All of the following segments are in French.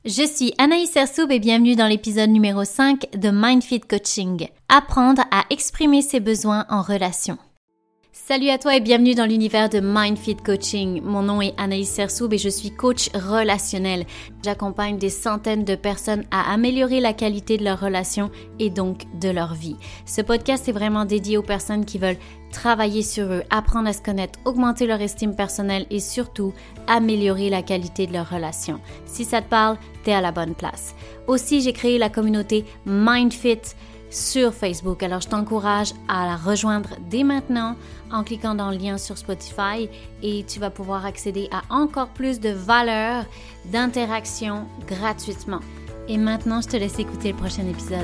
Je suis Anaïs Sersoub et bienvenue dans l'épisode numéro 5 de Mindfit Coaching. Apprendre à exprimer ses besoins en relation. Salut à toi et bienvenue dans l'univers de Mindfit Coaching. Mon nom est Anaïs Sersoub et je suis coach relationnel. J'accompagne des centaines de personnes à améliorer la qualité de leurs relations et donc de leur vie. Ce podcast est vraiment dédié aux personnes qui veulent travailler sur eux, apprendre à se connaître, augmenter leur estime personnelle et surtout améliorer la qualité de leurs relations. Si ça te parle, t'es à la bonne place. Aussi, j'ai créé la communauté Mindfit sur Facebook. Alors, je t'encourage à la rejoindre dès maintenant en cliquant dans le lien sur Spotify et tu vas pouvoir accéder à encore plus de valeur, d'interaction gratuitement. Et maintenant, je te laisse écouter le prochain épisode.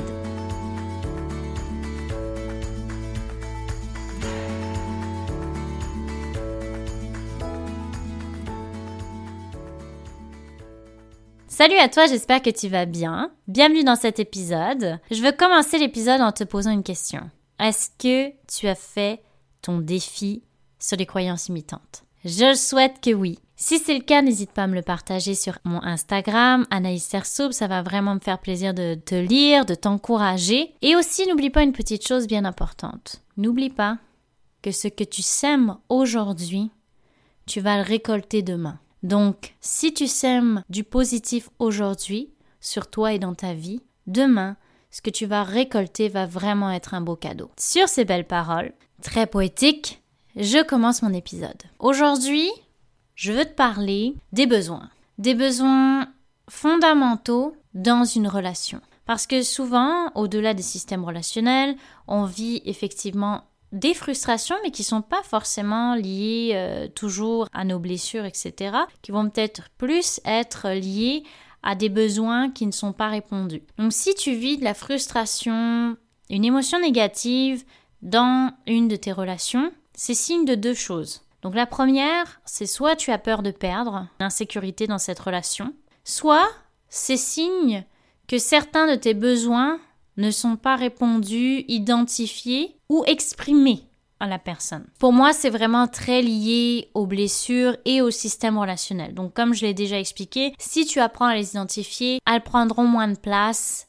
Salut à toi, j'espère que tu vas bien. Bienvenue dans cet épisode. Je veux commencer l'épisode en te posant une question. Est-ce que tu as fait ton défi sur les croyances limitantes? Je souhaite que oui. Si c'est le cas, n'hésite pas à me le partager sur mon Instagram, Anaïs Sersoub. Ça va vraiment me faire plaisir de te lire, de t'encourager. Et aussi, n'oublie pas une petite chose bien importante. N'oublie pas que ce que tu sèmes aujourd'hui, tu vas le récolter demain. Donc, si tu sèmes du positif aujourd'hui sur toi et dans ta vie, demain, ce que tu vas récolter va vraiment être un beau cadeau. Sur ces belles paroles, très poétiques, je commence mon épisode. Aujourd'hui, je veux te parler des besoins. Des besoins fondamentaux dans une relation. Parce que souvent, au-delà des systèmes relationnels, on vit effectivement des frustrations, mais qui ne sont pas forcément liées toujours à nos blessures, etc., qui vont peut-être plus être liées à des besoins qui ne sont pas répondus. Donc, si tu vis de la frustration, une émotion négative dans une de tes relations, c'est signe de deux choses. Donc, la première, c'est soit tu as peur de perdre, l'insécurité dans cette relation, soit c'est signe que certains de tes besoins ne sont pas répondus, identifiés ou exprimés à la personne. Pour moi, c'est vraiment très lié aux blessures et au système relationnel. Donc, comme je l'ai déjà expliqué, si tu apprends à les identifier, elles prendront moins de place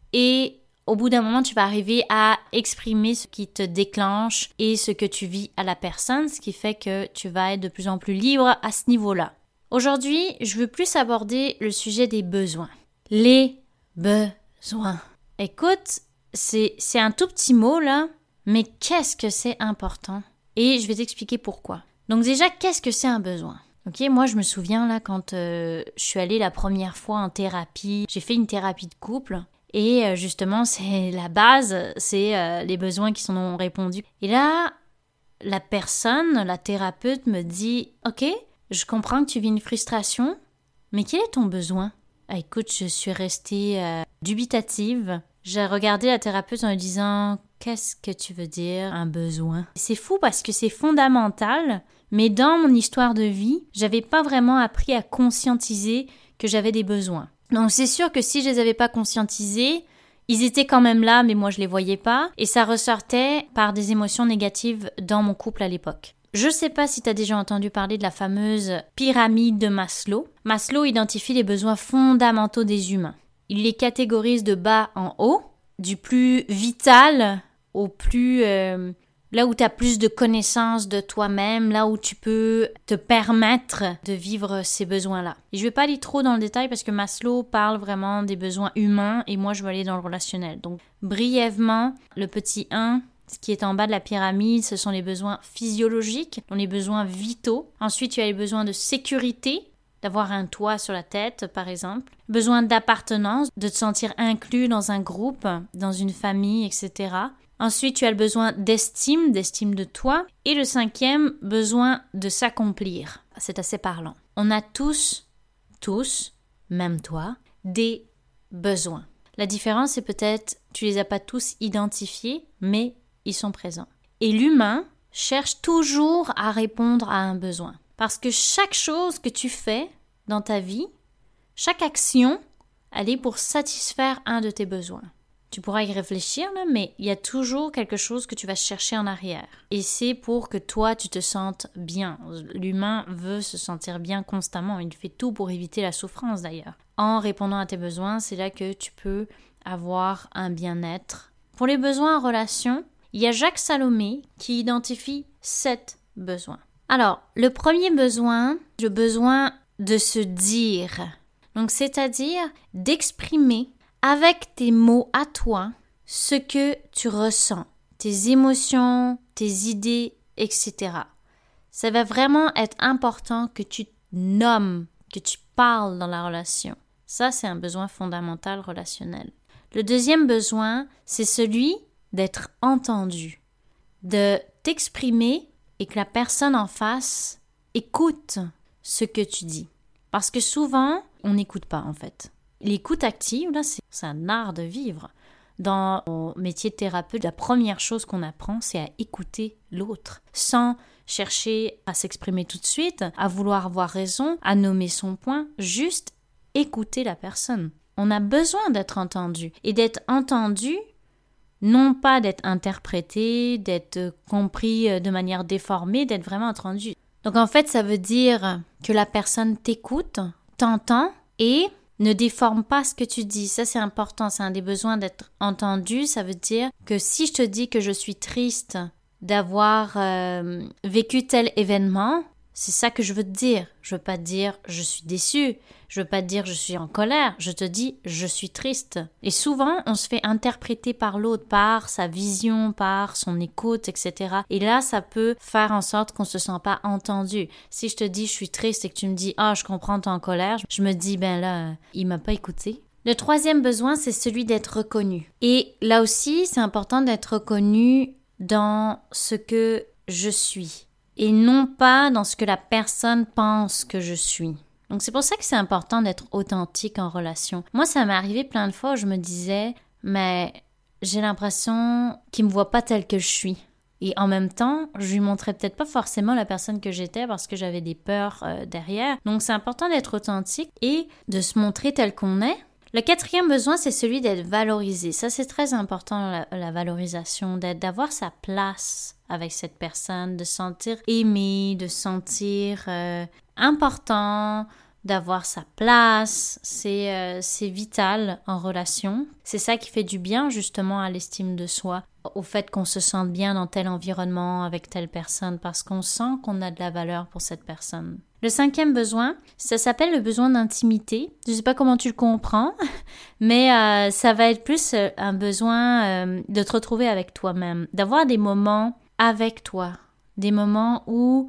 et au bout d'un moment, tu vas arriver à exprimer ce qui te déclenche et ce que tu vis à la personne, ce qui fait que tu vas être de plus en plus libre à ce niveau-là. Aujourd'hui, je veux plus aborder le sujet des besoins. Les besoins. Écoute, c'est un tout petit mot là, mais qu'est-ce que c'est important? Et je vais t'expliquer pourquoi. Donc déjà, qu'est-ce que c'est un besoin? Ok, moi je me souviens là quand je suis allée la première fois en thérapie, j'ai fait une thérapie de couple et justement c'est la base, c'est les besoins qui sont répondus. Et là, la personne, la thérapeute me dit « Ok, je comprends que tu vis une frustration, mais quel est ton besoin ?» Écoute, je suis restée dubitative. J'ai regardé la thérapeute en lui disant « Qu'est-ce que tu veux dire, un besoin ?» C'est fou parce que c'est fondamental, mais dans mon histoire de vie, j'avais pas vraiment appris à conscientiser que j'avais des besoins. Donc c'est sûr que si je les avais pas conscientisés, ils étaient quand même là, mais moi je les voyais pas, et ça ressortait par des émotions négatives dans mon couple à l'époque. Je sais pas si tu as déjà entendu parler de la fameuse pyramide de Maslow. Maslow identifie les besoins fondamentaux des humains. Il les catégorise de bas en haut, du plus vital au plus... là où tu as plus de connaissances de toi-même, là où tu peux te permettre de vivre ces besoins-là. Et je vais pas aller trop dans le détail parce que Maslow parle vraiment des besoins humains et moi je vais aller dans le relationnel. Donc brièvement, le petit 1... Ce qui est en bas de la pyramide, ce sont les besoins physiologiques, donc les besoins vitaux. Ensuite, tu as les besoins de sécurité, d'avoir un toit sur la tête, par exemple. Besoin d'appartenance, de te sentir inclus dans un groupe, dans une famille, etc. Ensuite, tu as le besoin d'estime de toi. Et le 5e, besoin de s'accomplir. C'est assez parlant. On a tous, même toi, des besoins. La différence, c'est peut-être, tu les as pas tous identifiés, mais ils sont présents. Et l'humain cherche toujours à répondre à un besoin. Parce que chaque chose que tu fais dans ta vie, chaque action, elle est pour satisfaire un de tes besoins. Tu pourras y réfléchir, là, mais il y a toujours quelque chose que tu vas chercher en arrière. Et c'est pour que toi, tu te sentes bien. L'humain veut se sentir bien constamment. Il fait tout pour éviter la souffrance, d'ailleurs. En répondant à tes besoins, c'est là que tu peux avoir un bien-être. Pour les besoins en relation, il y a Jacques Salomé qui identifie 7 besoins. Alors, le premier besoin, le besoin de se dire. Donc, c'est-à-dire d'exprimer avec tes mots à toi ce que tu ressens, tes émotions, tes idées, etc. Ça va vraiment être important que tu nommes, que tu parles dans la relation. Ça, c'est un besoin fondamental relationnel. Le deuxième besoin, c'est celui d'être entendu, de t'exprimer et que la personne en face écoute ce que tu dis. Parce que souvent, on n'écoute pas en fait. L'écoute active, là, c'est un art de vivre. Dans mon métier de thérapeute, la première chose qu'on apprend, c'est à écouter l'autre, sans chercher à s'exprimer tout de suite, à vouloir avoir raison, à nommer son point, juste écouter la personne. On a besoin d'être entendu. Et d'être entendu, non pas d'être interprété, d'être compris de manière déformée, d'être vraiment entendu. Donc en fait, ça veut dire que la personne t'écoute, t'entend et ne déforme pas ce que tu dis. Ça, c'est important. C'est un des besoins d'être entendu. Ça veut dire que si je te dis que je suis triste d'avoir vécu tel événement, c'est ça que je veux te dire. Je veux pas te dire je suis déçue. Je veux pas te dire je suis en colère. Je te dis je suis triste. Et souvent, on se fait interpréter par l'autre, par sa vision, par son écoute, etc. Et là, ça peut faire en sorte qu'on se sent pas entendu. Si je te dis je suis triste et que tu me dis ah, je comprends, t'es en colère, je me dis ben là, il m'a pas écouté. Le troisième besoin, c'est celui d'être reconnu. Et là aussi, c'est important d'être reconnu dans ce que je suis et non pas dans ce que la personne pense que je suis. Donc c'est pour ça que c'est important d'être authentique en relation. Moi, ça m'est arrivé plein de fois où je me disais mais j'ai l'impression qu'il me voit pas telle que je suis. Et en même temps, je lui montrais peut-être pas forcément la personne que j'étais parce que j'avais des peurs derrière. Donc c'est important d'être authentique et de se montrer tel qu'on est. Le quatrième besoin, c'est celui d'être valorisé. Ça, c'est très important, la valorisation, d'avoir sa place avec cette personne, de se sentir aimé, de se sentir important, d'avoir sa place. C'est vital en relation. C'est ça qui fait du bien, justement, à l'estime de soi, au fait qu'on se sente bien dans tel environnement, avec telle personne, parce qu'on sent qu'on a de la valeur pour cette personne. Le cinquième besoin, ça s'appelle le besoin d'intimité. Je ne sais pas comment tu le comprends, mais ça va être plus un besoin de te retrouver avec toi-même, d'avoir des moments avec toi, des moments où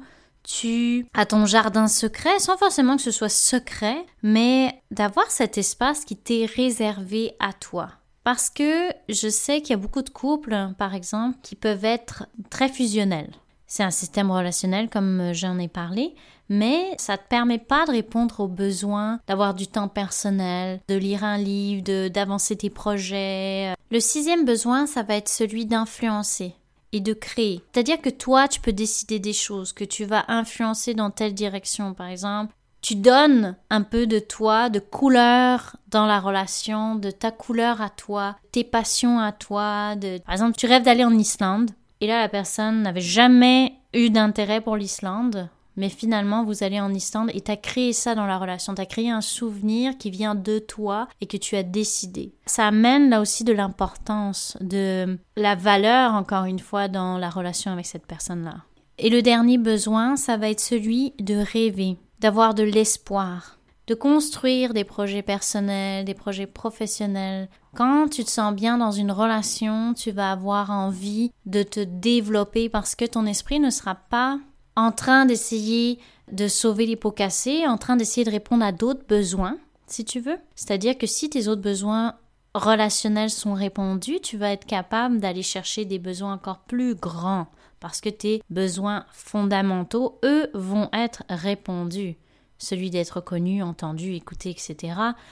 tu as ton jardin secret, sans forcément que ce soit secret, mais d'avoir cet espace qui t'est réservé à toi. Parce que je sais qu'il y a beaucoup de couples, par exemple, qui peuvent être très fusionnels. C'est un système relationnel comme j'en ai parlé, mais ça ne te permet pas de répondre aux besoins, d'avoir du temps personnel, de lire un livre, d'avancer tes projets. Le sixième besoin, ça va être celui d'influencer et de créer. C'est-à-dire que toi, tu peux décider des choses, que tu vas influencer dans telle direction, par exemple. Tu donnes un peu de toi, de couleur dans la relation, de ta couleur à toi, tes passions à toi. Par exemple, tu rêves d'aller en Islande. Et là, la personne n'avait jamais eu d'intérêt pour l'Islande, mais finalement, vous allez en Islande et tu as créé ça dans la relation. Tu as créé un souvenir qui vient de toi et que tu as décidé. Ça amène là aussi de l'importance, de la valeur, encore une fois, dans la relation avec cette personne-là. Et le dernier besoin, ça va être celui de rêver, d'avoir de l'espoir, de construire des projets personnels, des projets professionnels. Quand tu te sens bien dans une relation, tu vas avoir envie de te développer parce que ton esprit ne sera pas en train d'essayer de sauver les pots cassés, en train d'essayer de répondre à d'autres besoins, si tu veux. C'est-à-dire que si tes autres besoins relationnels sont répondus, tu vas être capable d'aller chercher des besoins encore plus grands parce que tes besoins fondamentaux, eux, vont être répondus. Celui d'être connu, entendu, écouté, etc.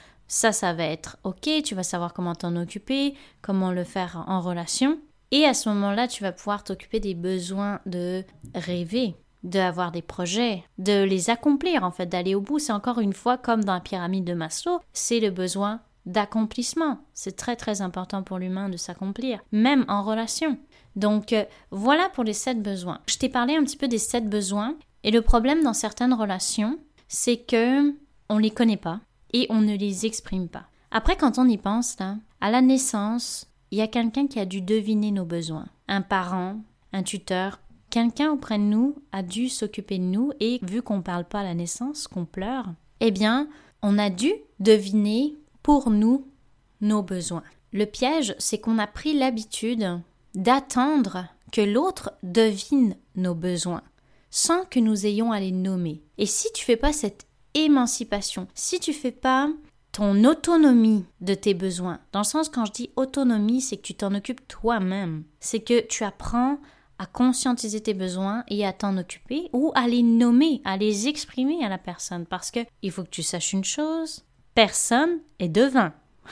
Ça va être OK, tu vas savoir comment t'en occuper, comment le faire en relation. Et à ce moment-là, tu vas pouvoir t'occuper des besoins de rêver, d'avoir des projets, de les accomplir en fait, d'aller au bout. C'est encore une fois comme dans la pyramide de Maslow, c'est le besoin d'accomplissement. C'est très très important pour l'humain de s'accomplir, même en relation. Donc voilà pour les 7 besoins. Je t'ai parlé un petit peu des 7 besoins et le problème dans certaines relations, c'est que on les connaît pas et on ne les exprime pas. Après, quand on y pense, là, à la naissance, il y a quelqu'un qui a dû deviner nos besoins. Un parent, un tuteur, quelqu'un auprès de nous a dû s'occuper de nous et vu qu'on ne parle pas à la naissance, qu'on pleure, eh bien, on a dû deviner pour nous nos besoins. Le piège, c'est qu'on a pris l'habitude d'attendre que l'autre devine nos besoins sans que nous ayons à les nommer. Et si tu fais pas cette émancipation, si tu fais pas ton autonomie de tes besoins, dans le sens quand je dis autonomie, c'est que tu t'en occupes toi-même, c'est que tu apprends à conscientiser tes besoins et à t'en occuper ou à les nommer, à les exprimer à la personne. Parce que il faut que tu saches une chose, personne est devin.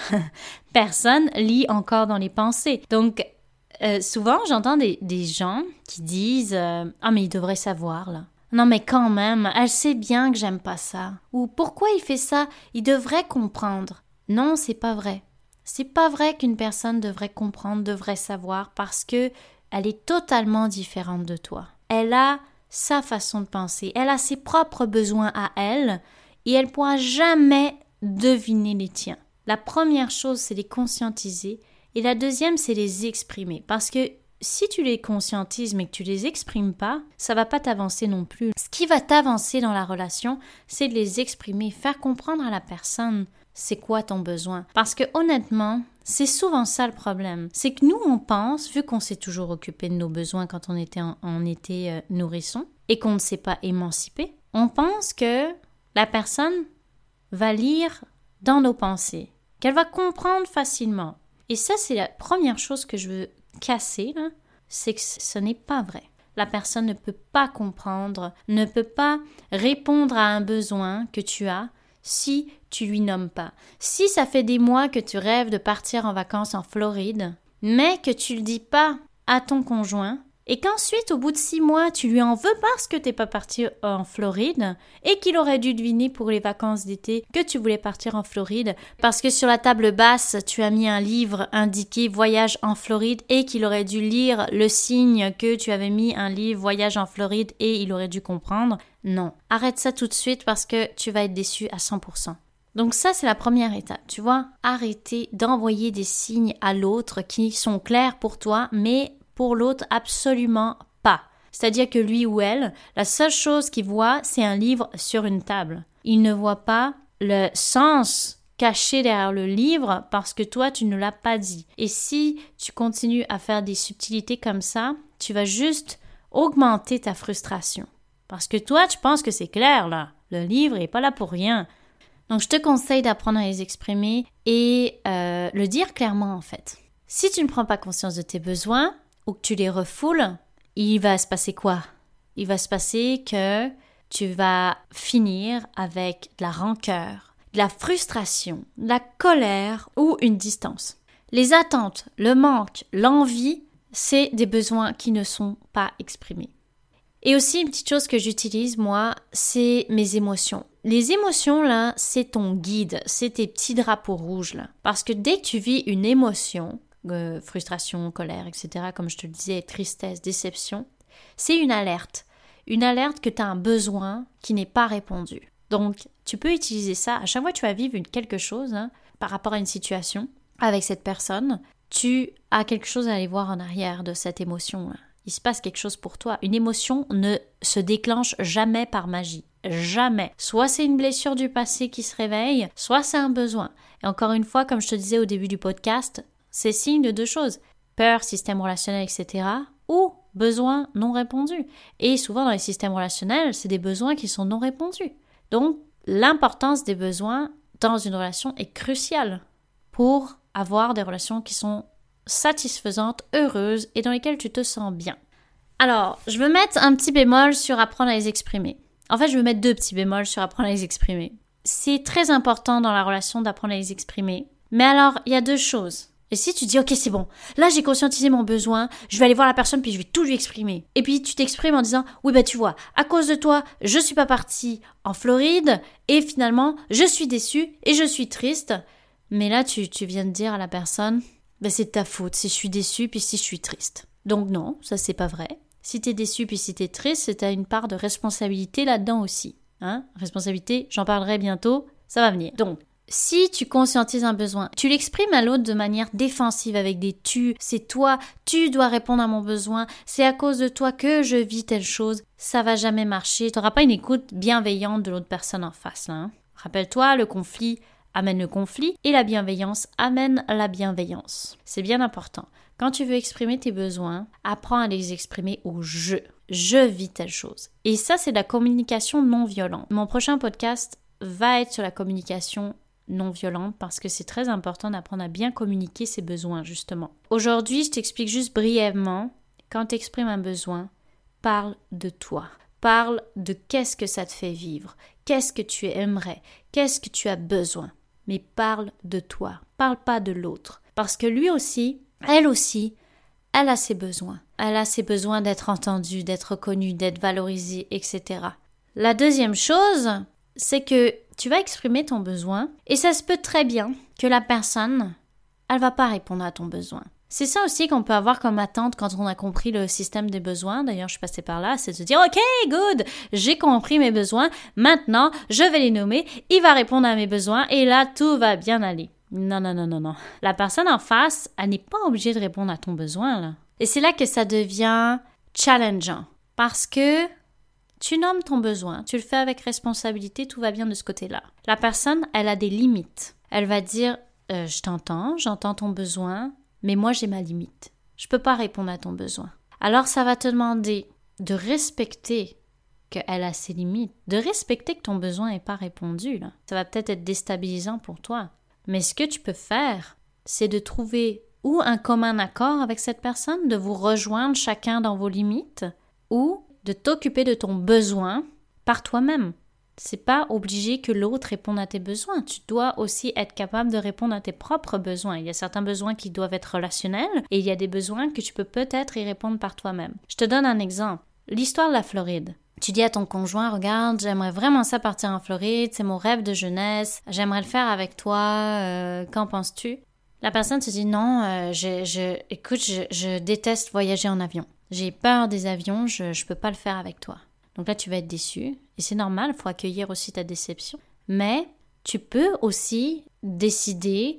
Personne lit encore dans les pensées. Donc, souvent, j'entends des gens qui disent « Ah, mais il devrait savoir, là. Non, mais quand même, elle sait bien que j'aime pas ça. » Ou « Pourquoi il fait ça? Il devrait comprendre. » Non, c'est pas vrai. C'est pas vrai qu'une personne devrait comprendre, devrait savoir, parce que elle est totalement différente de toi. Elle a sa façon de penser, elle a ses propres besoins à elle, et elle pourra jamais deviner les tiens. La première chose, c'est les conscientiser, et la deuxième, c'est les exprimer. Parce que si tu les conscientises mais que tu les exprimes pas, ça va pas t'avancer non plus. Ce qui va t'avancer dans la relation, c'est de les exprimer, faire comprendre à la personne c'est quoi ton besoin. Parce que honnêtement, c'est souvent ça le problème. C'est que nous, on pense, vu qu'on s'est toujours occupé de nos besoins quand on était nourrisson et qu'on ne s'est pas émancipé, on pense que la personne va lire dans nos pensées, qu'elle va comprendre facilement. Et ça, c'est la première chose que je veux casser, là, c'est que ce n'est pas vrai. La personne ne peut pas comprendre, ne peut pas répondre à un besoin que tu as si tu lui nommes pas. Si ça fait des mois que tu rêves de partir en vacances en Floride, mais que tu le dis pas à ton conjoint, et qu'ensuite, au bout de 6 mois, tu lui en veux parce que t'es pas parti en Floride et qu'il aurait dû deviner pour les vacances d'été que tu voulais partir en Floride parce que sur la table basse, tu as mis un livre indiqué Voyage en Floride et qu'il aurait dû lire le signe que tu avais mis un livre Voyage en Floride et il aurait dû comprendre. Non, arrête ça tout de suite parce que tu vas être déçu à 100%. Donc ça, c'est la première étape, tu vois. Arrêter d'envoyer des signes à l'autre qui sont clairs pour toi, mais pour l'autre, absolument pas. C'est-à-dire que lui ou elle, la seule chose qu'il voit, c'est un livre sur une table. Il ne voit pas le sens caché derrière le livre parce que toi, tu ne l'as pas dit. Et si tu continues à faire des subtilités comme ça, tu vas juste augmenter ta frustration. Parce que toi, tu penses que c'est clair, là. Le livre n'est pas là pour rien. Donc, je te conseille d'apprendre à les exprimer et le dire clairement, en fait. Si tu ne prends pas conscience de tes besoins, ou que tu les refoules, il va se passer quoi? Il va se passer que tu vas finir avec de la rancœur, de la frustration, de la colère ou une distance. Les attentes, le manque, l'envie, c'est des besoins qui ne sont pas exprimés. Et aussi, une petite chose que j'utilise, moi, c'est mes émotions. Les émotions, là, c'est ton guide, c'est tes petits drapeaux rouges, là. Parce que dès que tu vis une émotion, frustration, colère, etc., comme je te le disais, tristesse, déception, c'est une alerte que tu as un besoin qui n'est pas répondu. Donc, tu peux utiliser ça à chaque fois que tu vas vivre quelque chose par rapport à une situation avec cette personne, tu as quelque chose à aller voir en arrière de cette émotion. Il se passe quelque chose pour toi. Une émotion ne se déclenche jamais par magie. Jamais. Soit c'est une blessure du passé qui se réveille, soit c'est un besoin. Et encore une fois, comme je te disais au début du podcast, c'est signe de 2 choses. Peur, système relationnel, etc. ou besoins non répondus. Et souvent dans les systèmes relationnels, c'est des besoins qui sont non répondus. Donc, l'importance des besoins dans une relation est cruciale pour avoir des relations qui sont satisfaisantes, heureuses et dans lesquelles tu te sens bien. Alors, je veux mettre un petit bémol sur apprendre à les exprimer. En fait, je veux mettre 2 petits bémols sur apprendre à les exprimer. C'est très important dans la relation d'apprendre à les exprimer. Mais alors, il y a 2 choses. Et si tu dis, ok, c'est bon, là j'ai conscientisé mon besoin, je vais aller voir la personne puis je vais tout lui exprimer. Et puis tu t'exprimes en disant, oui bah tu vois, à cause de toi, je suis pas partie en Floride et finalement je suis déçue et je suis triste. Mais là, tu viens de dire à la personne, c'est de ta faute si je suis déçue puis si je suis triste. Donc non, ça c'est pas vrai. Si t'es déçu puis si t'es triste, c'est t'as une part de responsabilité là-dedans aussi. Responsabilité, j'en parlerai bientôt, ça va venir. Donc, si tu conscientises un besoin, tu l'exprimes à l'autre de manière défensive avec des tu, c'est toi, tu dois répondre à mon besoin, c'est à cause de toi que je vis telle chose, ça va jamais marcher. Tu n'auras pas une écoute bienveillante de l'autre personne en face. Là, Rappelle-toi, le conflit amène le conflit et la bienveillance amène la bienveillance. C'est bien important. Quand tu veux exprimer tes besoins, apprends à les exprimer au je. Je vis telle chose. Et ça, c'est de la communication non violente. Mon prochain podcast va être sur la communication non violente parce que c'est très important d'apprendre à bien communiquer ses besoins, justement. Aujourd'hui, je t'explique juste brièvement, quand tu exprimes un besoin, parle de toi. Parle de qu'est-ce que ça te fait vivre, qu'est-ce que tu aimerais, qu'est-ce que tu as besoin. Mais parle de toi, parle pas de l'autre. Parce que lui aussi, elle a ses besoins. Elle a ses besoins d'être entendue, d'être reconnue, d'être valorisée, etc. La deuxième chose, c'est que tu vas exprimer ton besoin et ça se peut très bien que la personne, elle va pas répondre à ton besoin. C'est ça aussi qu'on peut avoir comme attente quand on a compris le système des besoins. D'ailleurs, je suis passée par là, c'est de se dire « Ok, good, j'ai compris mes besoins, maintenant, je vais les nommer, il va répondre à mes besoins et là, tout va bien aller. » Non. La personne en face, elle n'est pas obligée de répondre à ton besoin, là. Et c'est là que ça devient challengeant. Parce que tu nommes ton besoin, tu le fais avec responsabilité, tout va bien de ce côté-là. La personne, elle a des limites. Elle va dire je t'entends, j'entends ton besoin, mais moi j'ai ma limite. Je peux pas répondre à ton besoin. Alors ça va te demander de respecter qu'elle a ses limites, de respecter que ton besoin n'est pas répondu, là. Ça va peut-être être déstabilisant pour toi. Mais ce que tu peux faire, c'est de trouver ou un commun accord avec cette personne, de vous rejoindre chacun dans vos limites, ou de t'occuper de ton besoin par toi-même. C'est pas obligé que l'autre réponde à tes besoins. Tu dois aussi être capable de répondre à tes propres besoins. Il y a certains besoins qui doivent être relationnels et il y a des besoins que tu peux peut-être y répondre par toi-même. Je te donne un exemple. L'histoire de la Floride. Tu dis à ton conjoint, regarde, j'aimerais vraiment ça partir en Floride, c'est mon rêve de jeunesse, j'aimerais le faire avec toi, qu'en penses-tu? La personne te dit non, écoute, je déteste voyager en avion. J'ai peur des avions, je peux pas le faire avec toi. Donc là, tu vas être déçu. Et c'est normal, il faut accueillir aussi ta déception. Mais tu peux aussi décider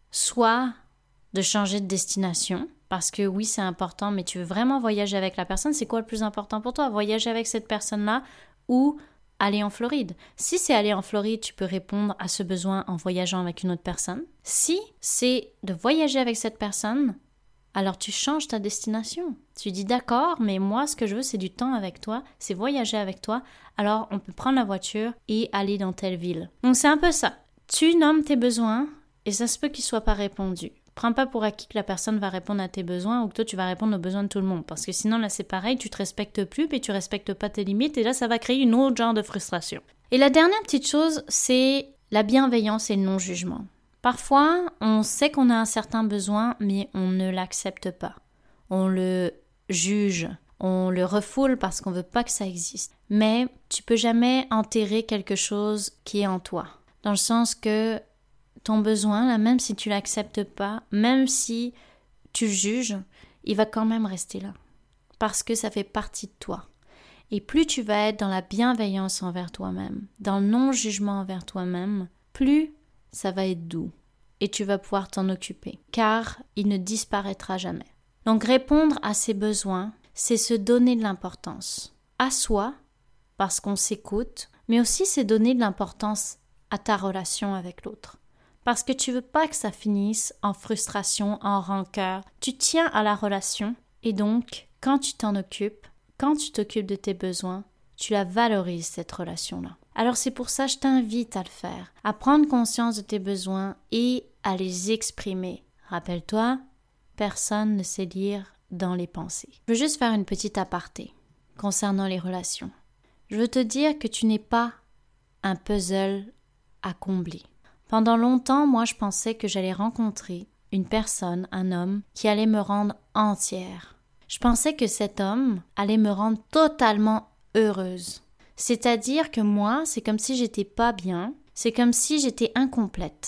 soit de changer de destination, parce que oui, c'est important, mais tu veux vraiment voyager avec la personne. C'est quoi le plus important pour toi? Voyager avec cette personne-là ou aller en Floride? Si c'est aller en Floride, tu peux répondre à ce besoin en voyageant avec une autre personne. Si c'est de voyager avec cette personne, alors tu changes ta destination. Tu dis d'accord, mais moi ce que je veux c'est du temps avec toi, c'est voyager avec toi, alors on peut prendre la voiture et aller dans telle ville. Donc c'est un peu ça. Tu nommes tes besoins et ça se peut qu'ils ne soient pas répondus. Prends pas pour acquis que la personne va répondre à tes besoins ou que toi tu vas répondre aux besoins de tout le monde. Parce que sinon là c'est pareil, tu te respectes plus et tu respectes pas tes limites et là ça va créer une autre genre de frustration. Et la dernière petite chose, c'est la bienveillance et le non-jugement. Parfois, on sait qu'on a un certain besoin, mais on ne l'accepte pas. On le juge, on le refoule parce qu'on veut pas que ça existe. Mais tu peux jamais enterrer quelque chose qui est en toi. Dans le sens que ton besoin, là, même si tu l'acceptes pas, même si tu le juges, il va quand même rester là. Parce que ça fait partie de toi. Et plus tu vas être dans la bienveillance envers toi-même, dans le non-jugement envers toi-même, plus ça va être doux et tu vas pouvoir t'en occuper, car il ne disparaîtra jamais. Donc répondre à ses besoins, c'est se donner de l'importance à soi, parce qu'on s'écoute, mais aussi c'est donner de l'importance à ta relation avec l'autre. Parce que tu veux pas que ça finisse en frustration, en rancœur. Tu tiens à la relation et donc, quand tu t'en occupes, quand tu t'occupes de tes besoins, tu la valorises cette relation-là. Alors c'est pour ça que je t'invite à le faire, à prendre conscience de tes besoins et à les exprimer. Rappelle-toi, personne ne sait lire dans les pensées. Je veux juste faire une petite aparté concernant les relations. Je veux te dire que tu n'es pas un puzzle à combler. Pendant longtemps, moi je pensais que j'allais rencontrer une personne, un homme, qui allait me rendre entière. Je pensais que cet homme allait me rendre totalement heureuse. C'est-à-dire que moi, c'est comme si j'étais pas bien, c'est comme si j'étais incomplète.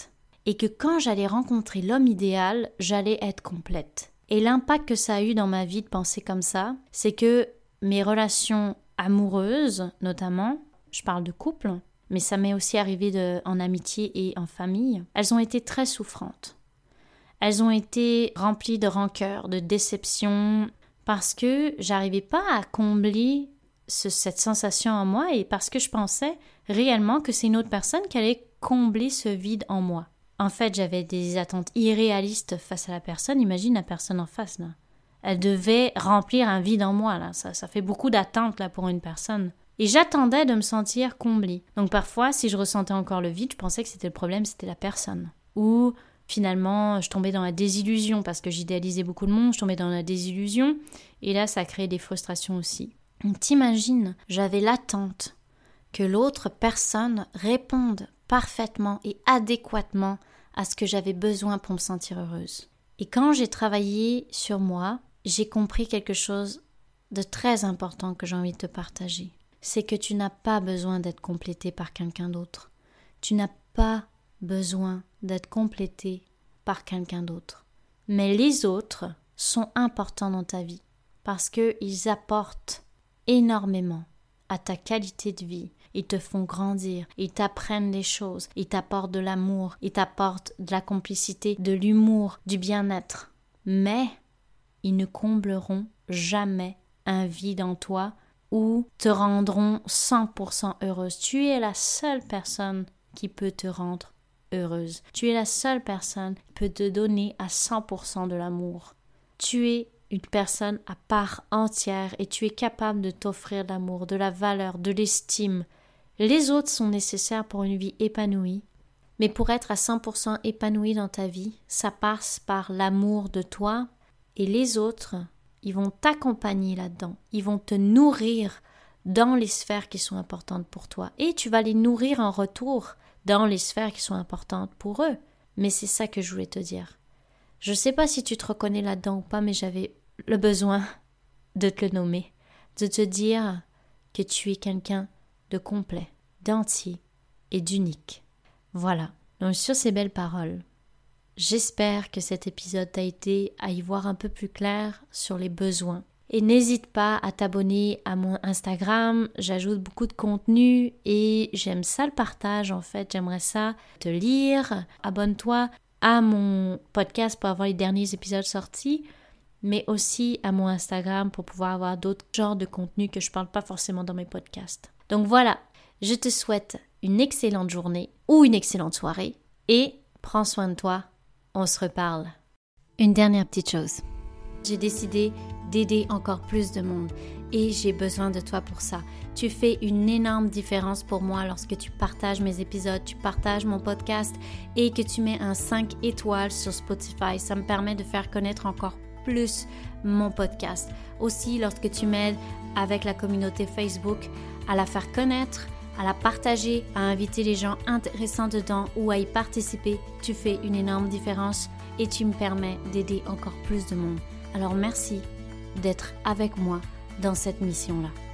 et que quand j'allais rencontrer l'homme idéal, j'allais être complète. Et l'impact que ça a eu dans ma vie de penser comme ça, c'est que mes relations amoureuses, notamment, je parle de couple, mais ça m'est aussi arrivé en amitié et en famille, elles ont été très souffrantes. Elles ont été remplies de rancœur, de déception, parce que j'arrivais pas à combler cette sensation en moi et parce que je pensais réellement que c'est une autre personne qui allait combler ce vide en moi. En fait, j'avais des attentes irréalistes face à la personne. Imagine la personne en face, là. Elle devait remplir un vide en moi, là. Ça fait beaucoup d'attentes, là, pour une personne. Et j'attendais de me sentir comblée. Donc parfois, si je ressentais encore le vide, je pensais que c'était le problème, c'était la personne. Ou finalement, je tombais dans la désillusion parce que j'idéalisais beaucoup de monde, je tombais dans la désillusion. Et là, ça créait des frustrations aussi. Donc t'imagines, j'avais l'attente que l'autre personne réponde parfaitement et adéquatement à ce que j'avais besoin pour me sentir heureuse. Et quand j'ai travaillé sur moi, j'ai compris quelque chose de très important que j'ai envie de te partager. C'est que tu n'as pas besoin d'être complété par quelqu'un d'autre. Tu n'as pas besoin d'être complété par quelqu'un d'autre. Mais les autres sont importants dans ta vie parce qu'ils apportent énormément à ta qualité de vie. Ils te font grandir, ils t'apprennent des choses, ils t'apportent de l'amour, ils t'apportent de la complicité, de l'humour, du bien-être. Mais ils ne combleront jamais un vide en toi ou te rendront 100% heureuse. Tu es la seule personne qui peut te rendre heureuse. Tu es la seule personne qui peut te donner à 100% de l'amour. Tu es une personne à part entière et tu es capable de t'offrir de l'amour, de la valeur, de l'estime. Les autres sont nécessaires pour une vie épanouie, mais pour être à 100% épanoui dans ta vie, ça passe par l'amour de toi et les autres, ils vont t'accompagner là-dedans, ils vont te nourrir dans les sphères qui sont importantes pour toi et tu vas les nourrir en retour dans les sphères qui sont importantes pour eux. Mais c'est ça que je voulais te dire. Je ne sais pas si tu te reconnais là-dedans ou pas, mais j'avais le besoin de te le nommer, de te dire que tu es quelqu'un de complet, d'entier et d'unique. Voilà, donc sur ces belles paroles, j'espère que cet épisode t'a aidé à y voir un peu plus clair sur les besoins. Et n'hésite pas à t'abonner à mon Instagram, j'ajoute beaucoup de contenu et j'aime ça le partage en fait, j'aimerais ça te lire. Abonne-toi à mon podcast pour avoir les derniers épisodes sortis, mais aussi à mon Instagram pour pouvoir avoir d'autres genres de contenus que je ne parle pas forcément dans mes podcasts. Donc voilà, je te souhaite une excellente journée ou une excellente soirée et prends soin de toi, on se reparle. Une dernière petite chose, j'ai décidé d'aider encore plus de monde et j'ai besoin de toi pour ça. Tu fais une énorme différence pour moi lorsque tu partages mes épisodes, tu partages mon podcast et que tu mets un 5 étoiles sur Spotify. Ça me permet de faire connaître encore plus mon podcast. Aussi, lorsque tu m'aides avec la communauté Facebook à la faire connaître, à la partager, à inviter les gens intéressants dedans ou à y participer, tu fais une énorme différence et tu me permets d'aider encore plus de monde. Alors merci d'être avec moi dans cette mission-là.